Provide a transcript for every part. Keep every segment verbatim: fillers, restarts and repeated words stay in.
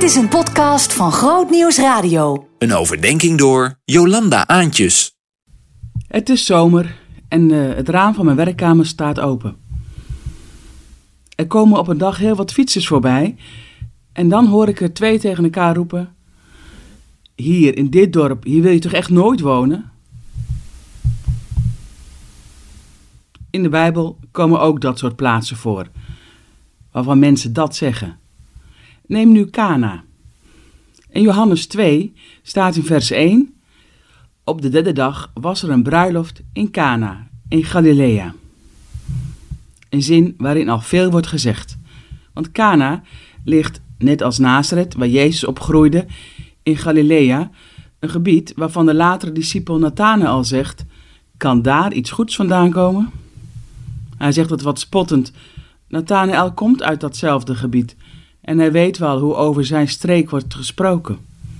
is een podcast van Groot Nieuws Radio. Een overdenking door Jolanda Aantjes. Het is zomer en uh, het raam van mijn werkkamer staat open. Er komen op een dag heel wat fietsers voorbij en dan hoor ik er twee tegen elkaar roepen: hier in dit dorp, hier wil je toch echt nooit wonen? In de Bijbel komen ook dat soort plaatsen voor, waarvan mensen dat zeggen. Neem nu Kana. In Johannes twee staat in vers één: op de derde dag was er een bruiloft in Kana, in Galilea. Een zin waarin al veel wordt gezegd. Want Kana ligt, net als Nazareth, waar Jezus opgroeide, in Galilea, een gebied waarvan de latere discipel Nathanael zegt: kan daar iets goeds vandaan komen? Hij zegt het wat spottend. Nathanael komt uit datzelfde gebied en hij weet wel hoe over zijn streek wordt gesproken.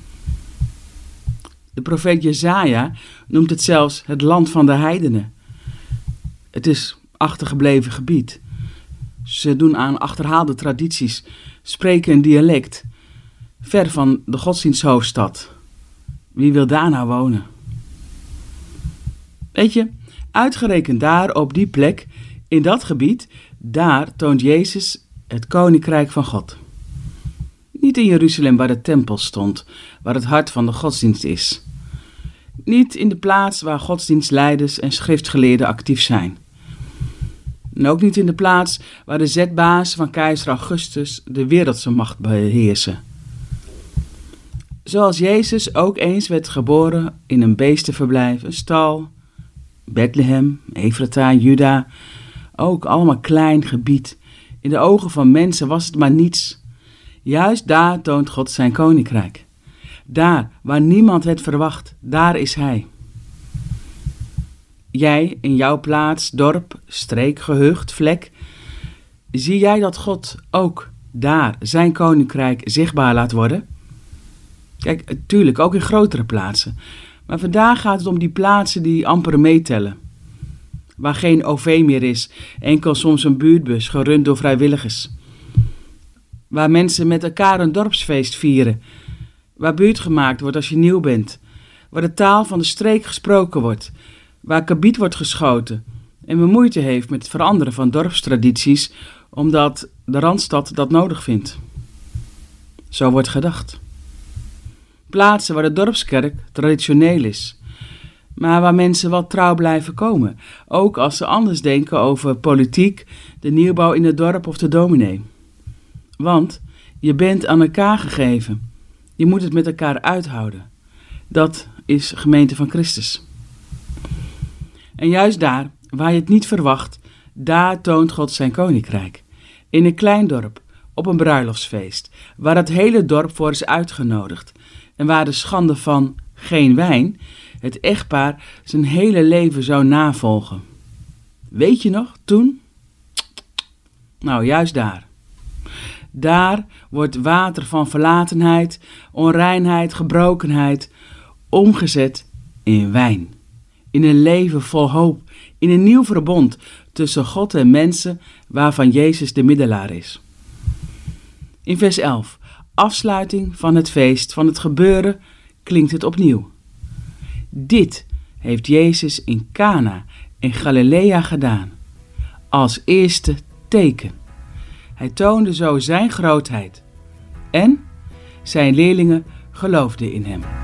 De profeet Jesaja noemt het zelfs het land van de heidenen. Het is achtergebleven gebied. Ze doen aan achterhaalde tradities, spreken een dialect, ver van de godsdiensthoofdstad. Wie wil daar nou wonen? Weet je, uitgerekend daar op die plek, in dat gebied, daar toont Jezus het koninkrijk van God. Niet in Jeruzalem waar de tempel stond, waar het hart van de godsdienst is. Niet in de plaats waar godsdienstleiders en schriftgeleerden actief zijn. En ook niet in de plaats waar de zetbaas van keizer Augustus de wereldse macht beheersen. Zoals Jezus ook eens werd geboren in een beestenverblijf, een stal, Bethlehem, Efrata, Juda, ook allemaal klein gebied. In de ogen van mensen was het maar niets. Juist daar toont God zijn koninkrijk. Daar waar niemand het verwacht, daar is hij. Jij in jouw plaats, dorp, streek, gehucht, vlek, zie jij dat God ook daar zijn koninkrijk zichtbaar laat worden? Kijk, natuurlijk ook in grotere plaatsen. Maar vandaag gaat het om die plaatsen die amper meetellen. Waar geen O V meer is, enkel soms een buurtbus gerund door vrijwilligers. Waar mensen met elkaar een dorpsfeest vieren. Waar buurt gemaakt wordt als je nieuw bent. Waar de taal van de streek gesproken wordt. Waar kabiet wordt geschoten en men moeite heeft met het veranderen van dorpstradities omdat de Randstad dat nodig vindt. Zo wordt gedacht. Plaatsen waar de dorpskerk traditioneel is, maar waar mensen wel trouw blijven komen, ook als ze anders denken over politiek, de nieuwbouw in het dorp of de dominee. Want je bent aan elkaar gegeven. Je moet het met elkaar uithouden. Dat is gemeente van Christus. En juist daar, waar je het niet verwacht, daar toont God zijn koninkrijk. In een klein dorp, op een bruiloftsfeest, waar het hele dorp voor is uitgenodigd. En waar de schande van geen wijn het echtpaar zijn hele leven zou navolgen. Weet je nog, toen? Nou, juist daar. Daar wordt water van verlatenheid, onreinheid, gebrokenheid omgezet in wijn. In een leven vol hoop, in een nieuw verbond tussen God en mensen waarvan Jezus de middelaar is. In vers elf, afsluiting van het feest, van het gebeuren, klinkt het opnieuw. Dit heeft Jezus in Kana in Galilea gedaan, als eerste teken. Hij toonde zo zijn grootheid en zijn leerlingen geloofden in hem.